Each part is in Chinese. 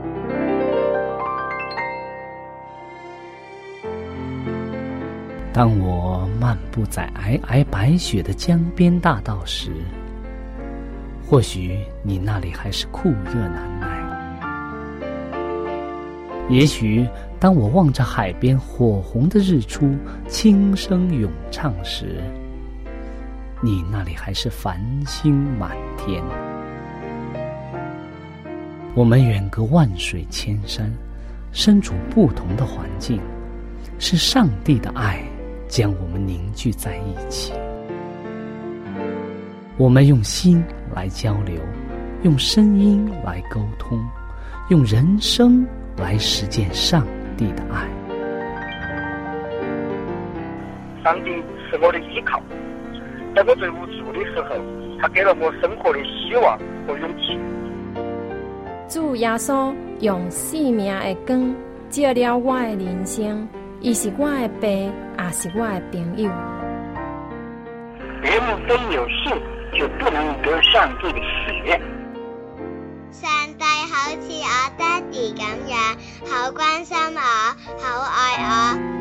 当我漫步在皑皑白雪的江边大道时，或许你那里还是酷热难耐。也许当我望着海边火红的日出轻声咏唱时，你那里还是繁星满天。我们远隔万水千山，身处不同的环境，是上帝的爱将我们凝聚在一起。我们用心来交流，用声音来沟通，用人生来实践上帝的爱。 上帝是我的依靠，在我最无助的时候，他给了我生活的希望和勇气。 主耶稣用生命的光照了我的人生，伊是我的爸，也是我的朋友。 人们非有信，就不能得上帝的喜悦。 上帝好似我爹哋咁樣，好關心我，好愛我。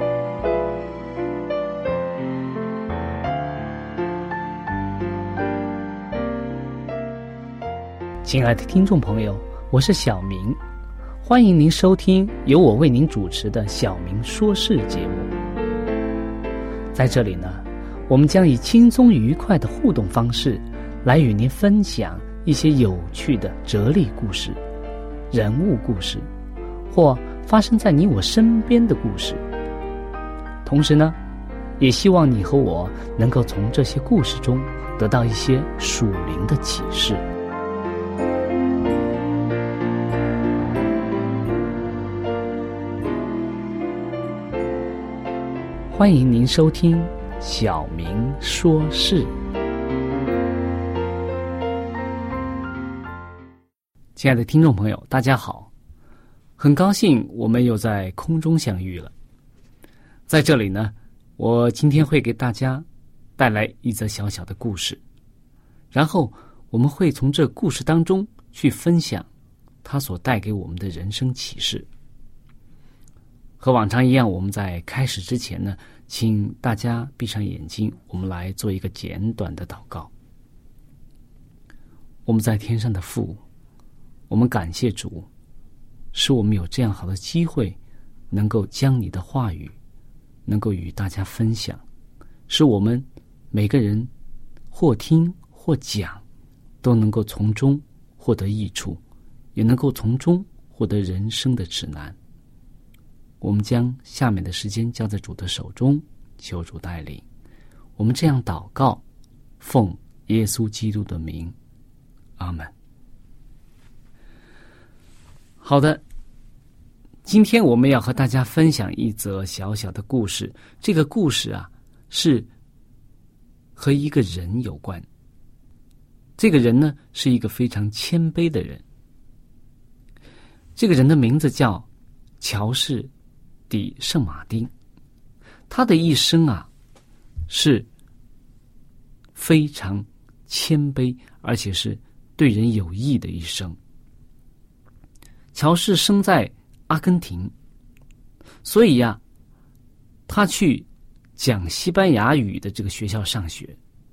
亲爱的听众朋友，我是小明，欢迎您收听由我为您主持的小明说事节目。在这里呢，我们将以轻松愉快的互动方式来与您分享一些有趣的哲理故事、人物故事，或发生在你我身边的故事。同时呢，也希望你和我能够从这些故事中得到一些属灵的启示。欢迎您收听小明说事。亲爱的听众朋友，大家好，很高兴我们又在空中相遇了。在这里呢，我今天会给大家带来一则小小的故事，然后我们会从这故事当中去分享它所带给我们的人生启示。和往常一样，我们在开始之前呢，请大家闭上眼睛，我们来做一个简短的祷告。我们在天上的父，我们感谢主，使我们有这样好的机会，能够将你的话语能够与大家分享，使我们每个人或听或讲，都能够从中获得益处，也能够从中获得人生的指南。我们将下面的时间交在主的手中，求主带领。我们这样祷告，奉耶稣基督的名，阿们。好的，今天我们要和大家分享一则小小的故事。这个故事啊，是和一个人有关。这个人呢，是一个非常谦卑的人。这个人的名字叫乔士底圣马丁，他的一生啊是非常谦卑，而且是对人有益的一生。乔士生在阿根廷，所以呀，他去讲西班牙语的这个学校上学。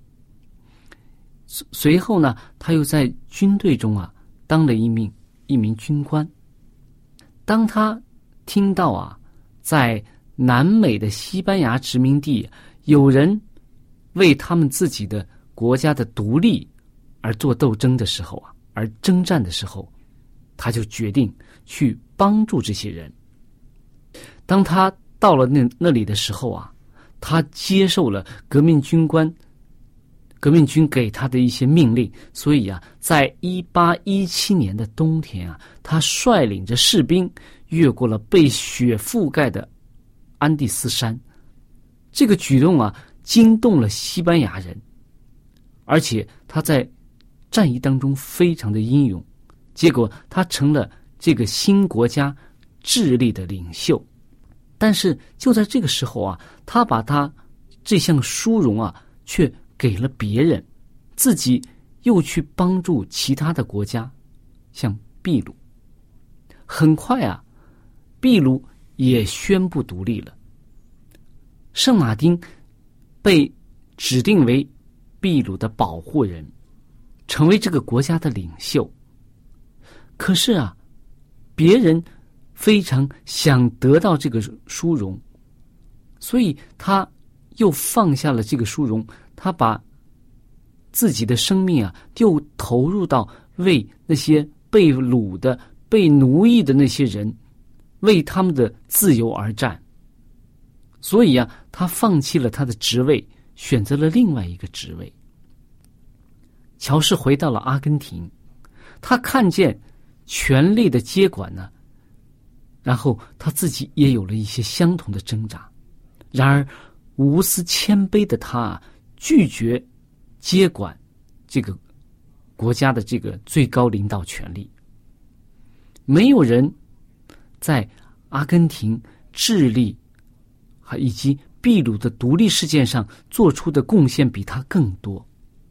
随后呢，他又在军队中啊当了一名军官。当他听到啊，在南美的西班牙殖民地有人为他们自己的国家的独立而做斗争的时候啊，而征战的时候，他就决定去帮助这些人。当他到了那里的时候啊，他接受了革命军给他的一些命令，所以啊，在1817年的冬天啊，他率领着士兵越过了被雪覆盖的安第斯山。这个举动啊，惊动了西班牙人，而且他在战役当中非常的英勇，结果他成了这个新国家智利的领袖。但是就在这个时候啊，他把他这项殊荣啊却给了别人，自己又去帮助其他的国家，像秘鲁。 很快啊，秘鲁也宣布独立了。圣马丁被指定为秘鲁的保护人，成为这个国家的领袖。可是啊，别人非常想得到这个殊荣，所以他又放下了这个殊荣，他把自己的生命啊，又投入到为那些被掳的、被奴役的那些人，为他们的自由而战。所以啊，他放弃了他的职位，选择了另外一个职位。乔氏回到了阿根廷，他看见权力的接管呢，然后他自己也有了一些相同的挣扎。然而无私谦卑的他啊，拒绝接管这个国家的这个最高领导权力。没有人在阿根廷、智利以及秘鲁的独立事件上做出的贡献比他更多。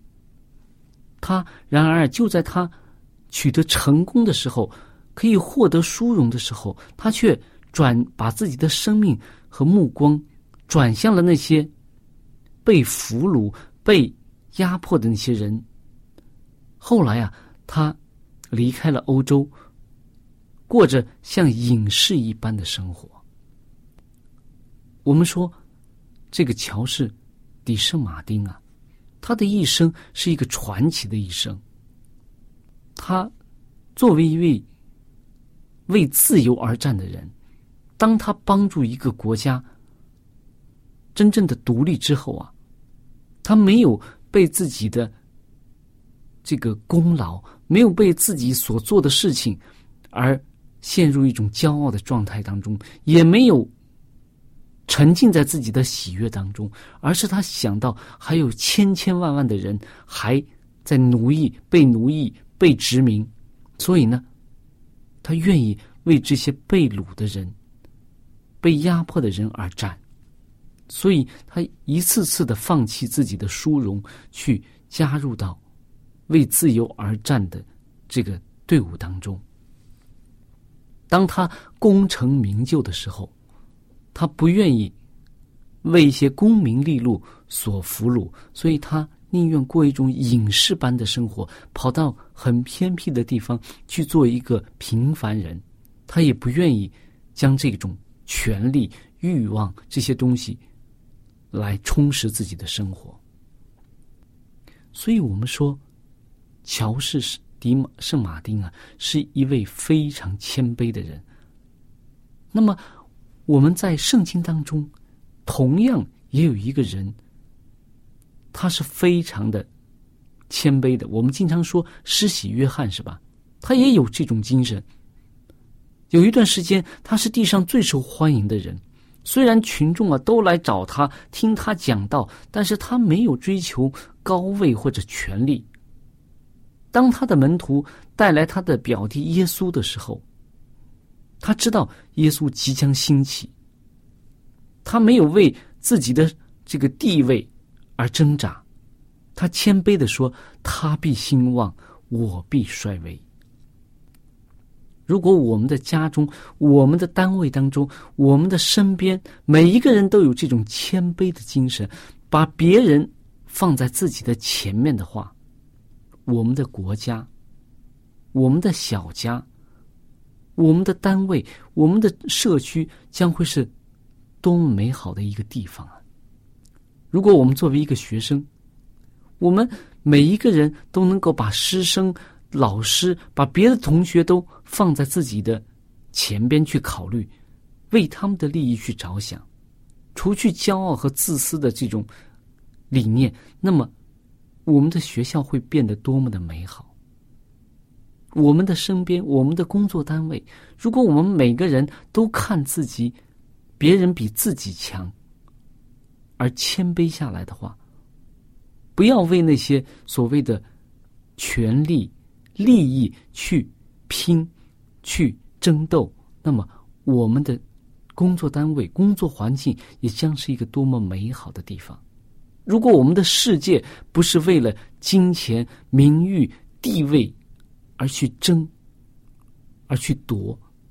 然而就在他取得成功的时候，可以获得殊荣的时候，他却把自己的生命和目光转向了那些被俘虏、被压迫的那些人。后来啊，他离开了欧洲，过着像隐士一般的生活。我们说这个乔氏·迪圣马丁啊，他的一生是一个传奇的一生。他作为一位为自由而战的人，当他帮助一个国家真正的独立之后啊，他没有被自己的这个功劳，没有被自己所做的事情而陷入一种骄傲的状态当中，也没有沉浸在自己的喜悦当中，而是他想到还有千千万万的人还在被奴役、被殖民，所以呢，他愿意为这些被掳的人、被压迫的人而战。所以他一次次的放弃自己的殊荣，去加入到为自由而战的这个队伍当中。当他功成名就的时候，他不愿意为一些功名利禄所俘虏，所以他宁愿过一种隐士般的生活，跑到很偏僻的地方去做一个平凡人。他也不愿意将这种权力、欲望这些东西来充实自己的生活。所以我们说乔氏·圣马丁啊，是一位非常谦卑的人。那么我们在圣经当中同样也有一个人，他是非常的谦卑的。我们经常说施洗约翰，是吧？他也有这种精神。有一段时间他是地上最受欢迎的人，虽然群众啊都来找他听他讲道，但是他没有追求高位或者权力。当他的门徒带来他的表弟耶稣的时候，他知道耶稣即将兴起，他没有为自己的这个地位而挣扎，他谦卑地说，他必兴旺，我必衰微。如果我们的家中、我们的单位当中、我们的身边，每一个人都有这种谦卑的精神，把别人放在自己的前面的话，我们的国家、我们的小家、我们的单位、我们的社区将会是多么美好的一个地方啊！如果我们作为一个学生，我们每一个人都能够把师生、老师，把别的同学都放在自己的前边去考虑，为他们的利益去着想，除去骄傲和自私的这种理念，那么我们的学校会变得多么的美好。我们的身边，我们的工作单位，如果我们每个人都看自己别人比自己强而谦卑下来的话，不要为那些所谓的权力、利益去拼、去争斗，那么我们的工作单位、工作环境也将是一个多么美好的地方。如果我们的世界不是为了金钱、名誉、地位而去争、而去夺，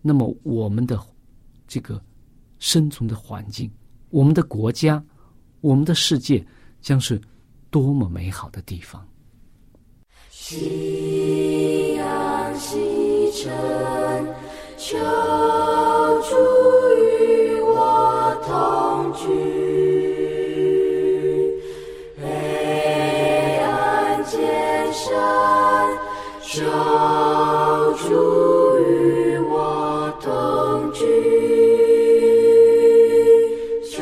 那么我们的这个生存的环境，我们的国家，我们的世界将是多么美好的地方。 夕阳西沉，求主与我同居，黑暗渐深，求主与我同居，求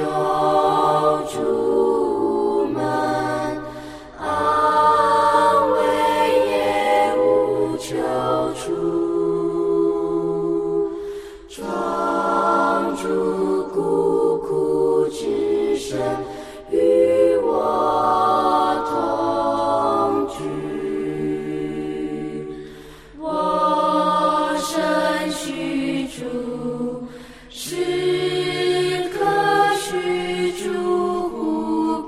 主们安慰夜无求处，闯出孤苦之身与我同居。我身虚主，时刻虚主护庇，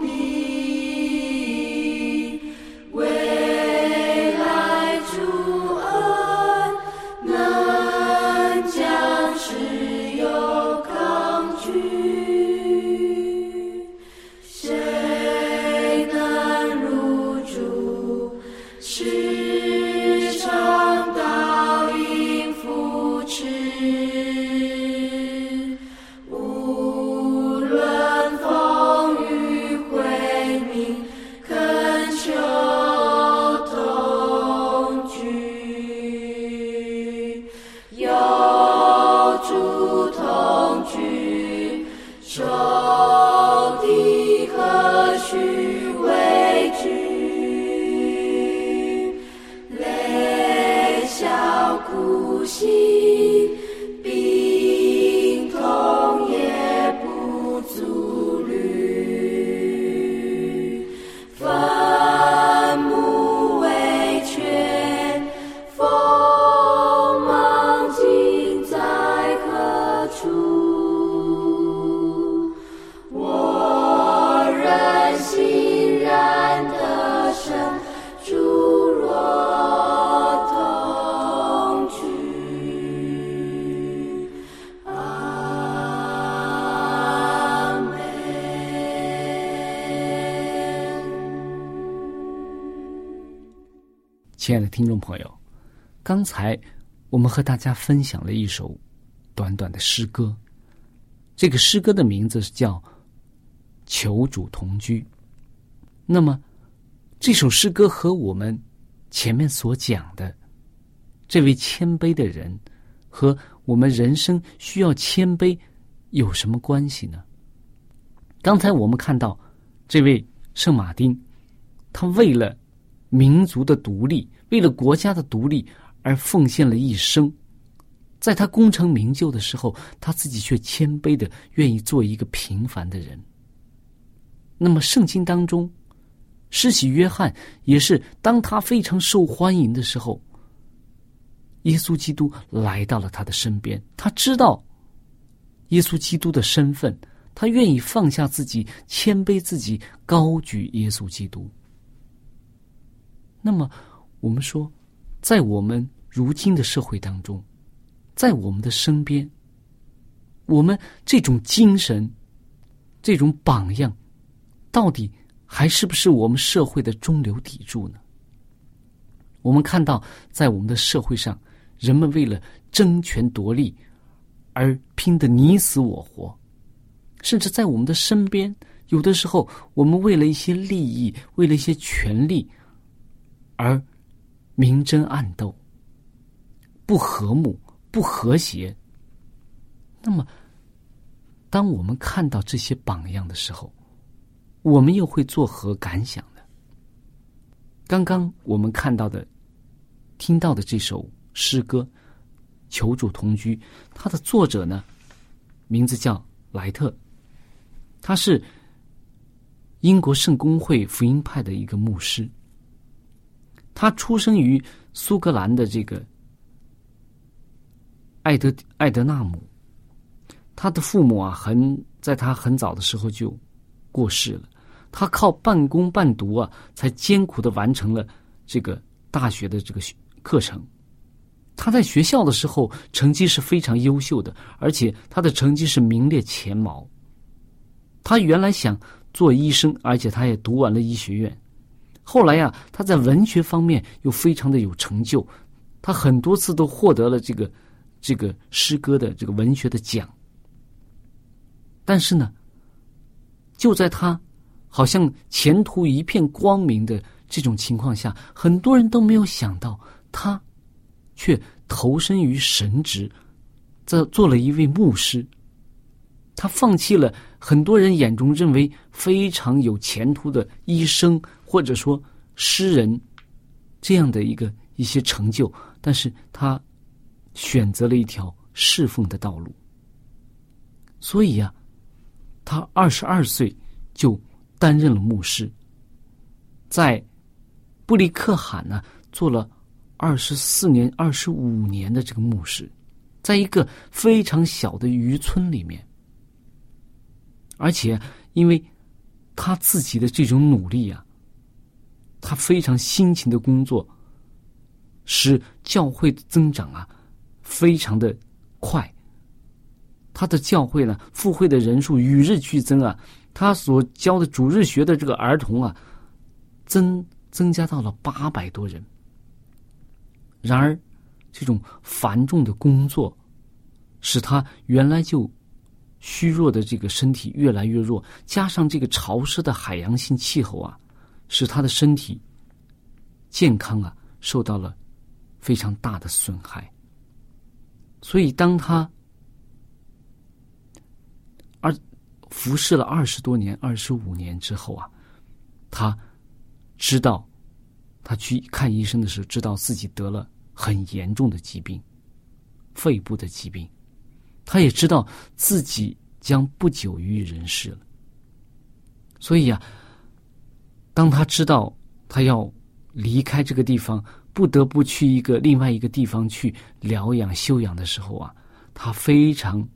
未来主恩能将世有抗拒，谁能入主？时常倒影扶持，无论风雨晦明，恳求同居，有主同居，仇敌何须畏惧？泪笑苦心，病痛也不足虑，坟墓未全，锋芒尽在何处？我仍欣然得胜，主若同居。阿们。 亲爱的听众朋友，刚才我们和大家分享了一首短短的诗歌，这个诗歌的名字是叫《求主同居》。那么这首诗歌和我们前面所讲的这位谦卑的人和我们人生需要谦卑有什么关系呢？刚才我们看到这位圣马丁，他为了民族的独立，为了国家的独立而奉献了一生，在他功成名就的时候，他自己却谦卑的愿意做一个平凡的人。那么圣经当中，施洗约翰也是当他非常受欢迎的时候，耶稣基督来到了他的身边，他知道耶稣基督的身份，他愿意放下自己，谦卑自己，高举耶稣基督。那么我们说，在我们如今的社会当中，在我们的身边，我们这种精神，这种榜样，到底还是不是我们社会的中流砥柱呢？我们看到在我们的社会上，人们为了争权夺利而拼得你死我活，甚至在我们的身边，有的时候我们为了一些利益，为了一些权利而明争暗斗，不和睦，不和谐。那么当我们看到这些榜样的时候，我们又会作何感想呢？刚刚我们看到的听到的这首诗歌《求主同居》，它的作者呢，名字叫莱特，他是英国圣公会福音派的一个牧师。他出生于苏格兰的这个艾德纳姆，他的父母啊，在他很早的时候就过世了。他靠半工半读啊，才艰苦地完成了这个大学的这个课程。 他在学校的时候成绩是非常优秀的，而且他的成绩是名列前茅。他原来想做医生，而且他也读完了医学院。后来呀，他在文学方面又非常的有成就，他很多次都获得了这个诗歌的这个文学的奖。但是呢，就在他好像前途一片光明的这种情况下，很多人都没有想到他却投身于神职，做了一位牧师。他放弃了很多人眼中认为非常有前途的医生或者说诗人这样的一些成就，但是他选择了一条侍奉的道路。所以啊，他22岁就担任了牧师，在布里克罕呢做了24年、25年的这个牧师，在一个非常小的渔村里面。而且因为他自己的这种努力啊，他非常辛勤的工作，使教会的增长啊非常的快。他的教会呢，赴会的人数与日俱增啊，他所教的主日学的这个儿童啊，增加到了800多人。然而，这种繁重的工作，使他原来就虚弱的这个身体越来越弱，加上这个潮湿的海洋性气候啊，使他的身体健康啊受到了非常大的损害。所以当他服侍了20多年、25年之后啊，他知道，他去看医生的时候，知道自己得了很严重的疾病，肺部的疾病。他也知道自己将不久于人世了。所以啊，当他知道他要离开这个地方，不得不去另外一个地方去疗养休养的时候啊，他非常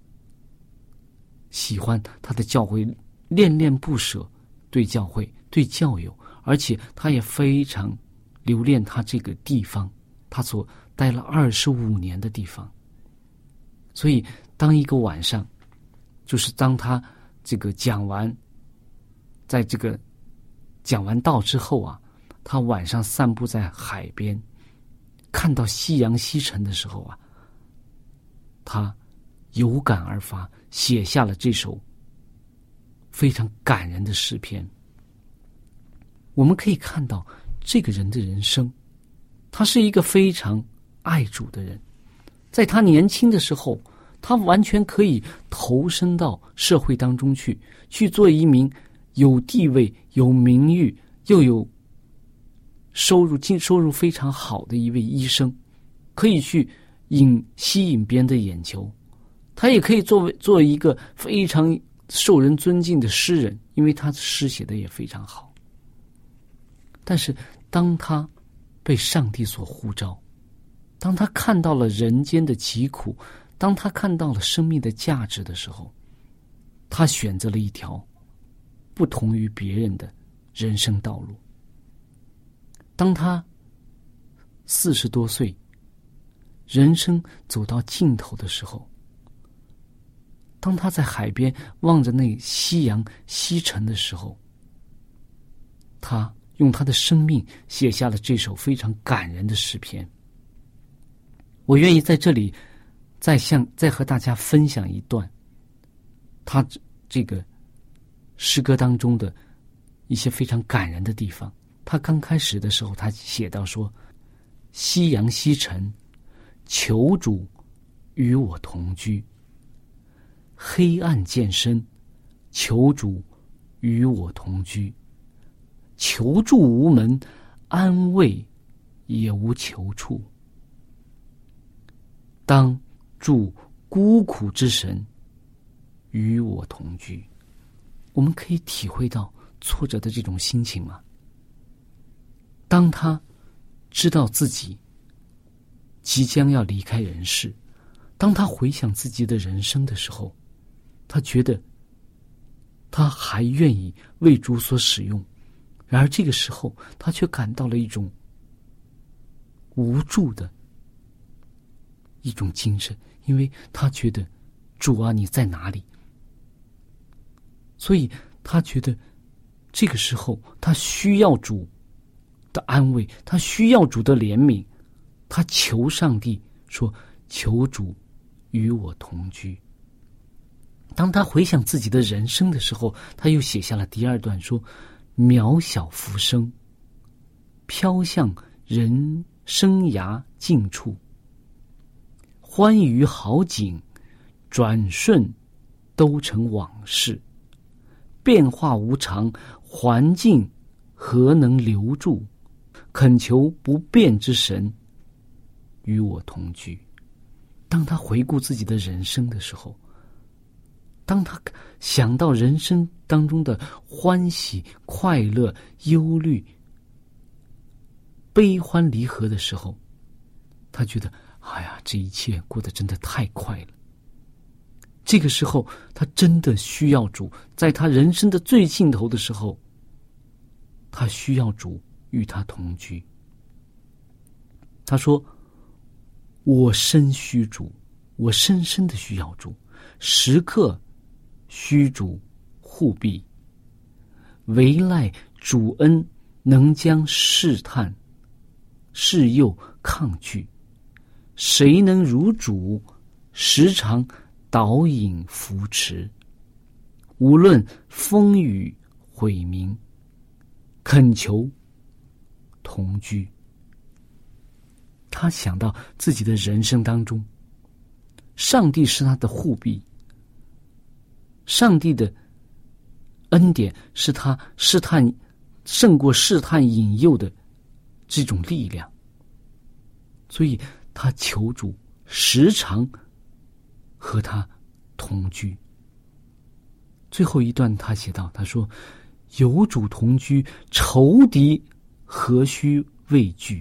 喜欢他的教会，恋恋不舍，对教会、对教友，而且他也非常留恋他这个地方，他所待了25年的地方。所以当一个晚上，就是当他这个在这个讲完道之后啊，他晚上散步在海边，看到夕阳西沉的时候啊，他有感而发，写下了这首非常感人的诗篇。我们可以看到这个人的人生，他是一个非常爱主的人。在他年轻的时候，他完全可以投身到社会当中去做一名有地位、有名誉又有收入非常好的一位医生，可以去吸引别人的眼球。他也可以做一个非常受人尊敬的诗人，因为他的诗写的也非常好。但是当他被上帝所呼召，当他看到了人间的疾苦，当他看到了生命的价值的时候，他选择了一条不同于别人的人生道路。当他40多岁，人生走到尽头的时候，当他在海边望着那夕阳西沉的时候，他用他的生命写下了这首非常感人的诗篇。我愿意在这里再和大家分享一段他这个诗歌当中的一些非常感人的地方。他刚开始的时候，他写到说：夕阳西沉，求主与我同居；黑暗渐深，求主与我同居。求助无门，安慰也无求处。当助孤苦之神与我同居。我们可以体会到挫折的这种心情吗？当他知道自己即将要离开人世，当他回想自己的人生的时候，他觉得他还愿意为主所使用，然而这个时候他却感到了一种无助的一种精神，因为他觉得主啊，你在哪里？所以他觉得这个时候他需要主的安慰，他需要主的怜悯，他求上帝说，求主与我同居。当他回想自己的人生的时候，他又写下了第二段，说，渺小浮生，飘向人生涯尽处，欢愉好景，转瞬都成往事，变化无常，环境何能留住？恳求不变之神与我同居。当他回顾自己的人生的时候，当他想到人生当中的欢喜、快乐、忧虑、悲欢离合的时候，他觉得，哎呀，这一切过得真的太快了。这个时候他真的需要主，在他人生的最尽头的时候，他需要主与他同居。他说，我深需主，我深深的需要主，时刻需主护庇，唯赖主恩能将试探试诱抗拒，谁能如主时常导引扶持？无论风雨毁明，恳求同居。他想到自己的人生当中，上帝是他的护庇，上帝的恩典是他试探胜过试探引诱的这种力量，所以他求主时常和他同居。最后一段他写道，他说，有主同居，仇敌何须畏惧？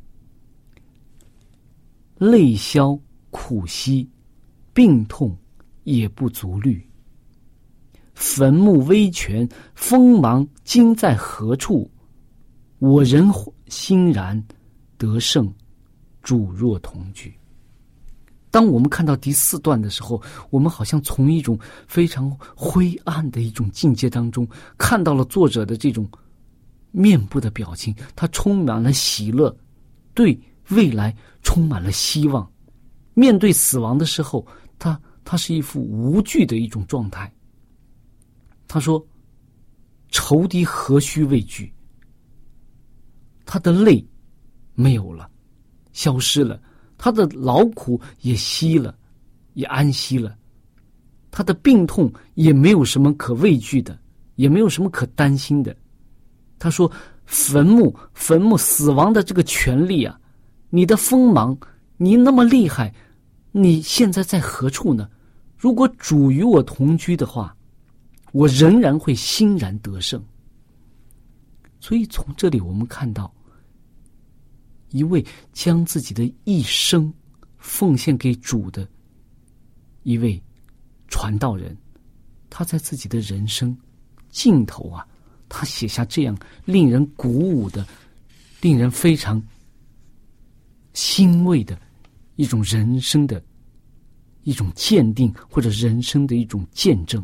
泪消苦息，病痛也不足虑。坟墓危泉，锋芒今在何处？我人欣然得胜，主若同居。当我们看到第4段的时候，我们好像从一种非常灰暗的一种境界当中，看到了作者的这种面部的表情，他充满了喜乐，对未来充满了希望。面对死亡的时候，他是一副无惧的一种状态。他说，仇敌何须畏惧？他的泪没有了，消失了，他的劳苦也息了，也安息了，他的病痛也没有什么可畏惧的，也没有什么可担心的。他说，坟墓死亡的这个权利啊，你的锋芒，你那么厉害，你现在在何处呢？如果主与我同居的话，我仍然会欣然得胜。所以从这里我们看到，一位将自己的一生奉献给主的一位传道人，他在自己的人生尽头啊，他写下这样令人鼓舞的、令人非常欣慰的一种人生的一种鉴定，或者人生的一种见证。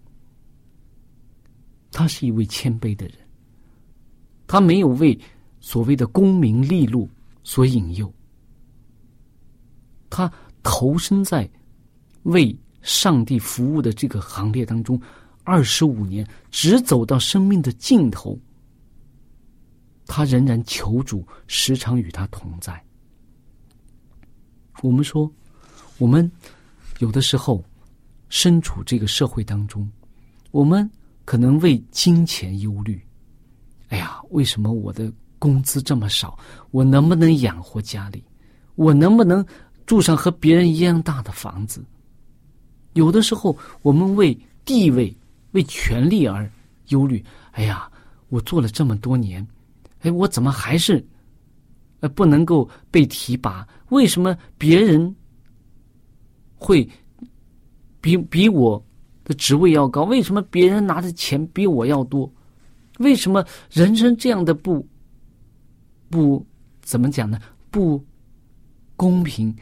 他是一位谦卑的人，他没有为所谓的功名利禄所引诱，他投身在为上帝服务的这个行列当中25年，直走到生命的尽头，他仍然求主时常与他同在。我们说，我们有的时候身处这个社会当中，我们可能为金钱忧虑。哎呀，为什么我的工资这么少？我能不能养活家里？我能不能住上和别人一样大的房子？有的时候我们为地位、为权力而忧虑。哎呀，我做了这么多年，我怎么还是不能够被提拔？为什么别人会比我的职位要高？为什么别人拿的钱比我要多？为什么人生这样的不怎么讲呢？不公平，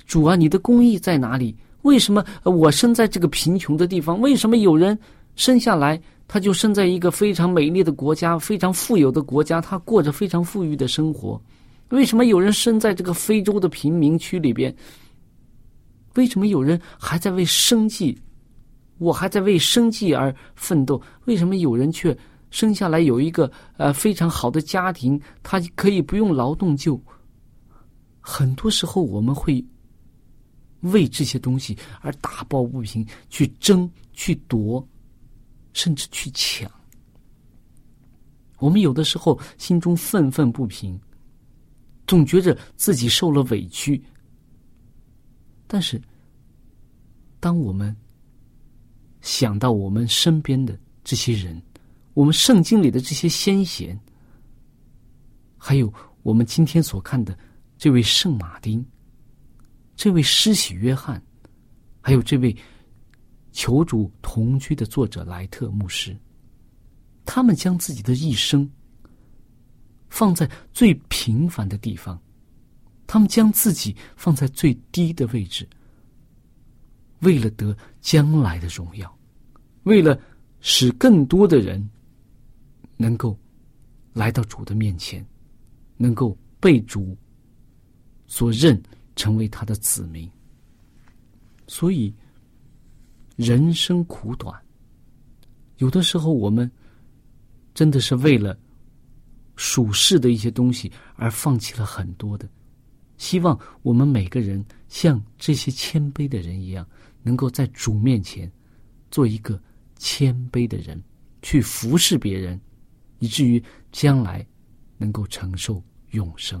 主啊，你的公义在哪里？为什么我生在这个贫穷的地方？为什么有人生下来他就生在一个非常美丽的国家，非常富有的国家，他过着非常富裕的生活？为什么有人生在这个非洲的贫民区里边？为什么有人还在为生计，我还在为生计而奋斗？为什么有人却生下来有一个非常好的家庭，他可以不用劳动就？很多时候我们会为这些东西而打抱不平，去争，去夺，甚至去抢。我们有的时候心中愤愤不平，总觉着自己受了委屈。但是当我们想到我们身边的这些人，我们圣经里的这些先贤，还有我们今天所看的这位圣马丁，这位施洗约翰，还有这位求主同居的作者莱特牧师，他们将自己的一生放在最平凡的地方，他们将自己放在最低的位置，为了得将来的荣耀，为了使更多的人能够来到主的面前，能够被主所认，成为他的子民。所以人生苦短，有的时候我们真的是为了属世的一些东西而放弃了很多的。希望我们每个人像这些谦卑的人一样，能够在主面前做一个谦卑的人，去服侍别人，以至于将来能够承受永生。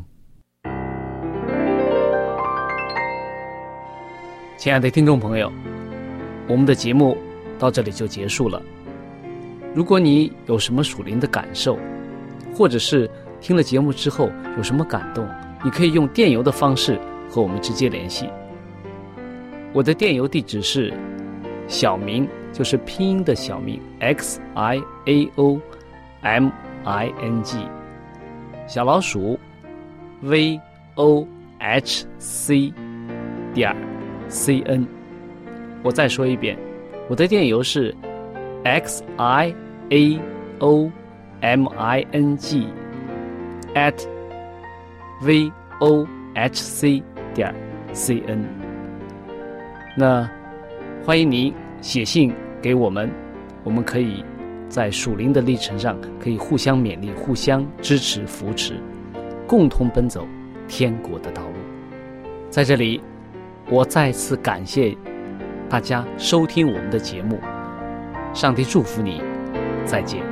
亲爱的听众朋友，我们的节目到这里就结束了。如果你有什么属灵的感受，或者是听了节目之后有什么感动，你可以用电邮的方式和我们直接联系。我的电邮地址是小明，就是拼音的小明 XIAOMING 小老鼠 VOHC.CN。 我再说一遍，我的电邮是 XIAOMING@VOHC.CN。 那欢迎您写信给我们，我们可以在属灵的历程上可以互相勉励，互相支持扶持，共同奔走天国的道路。在这里我再次感谢大家收听我们的节目，上帝祝福你，再见。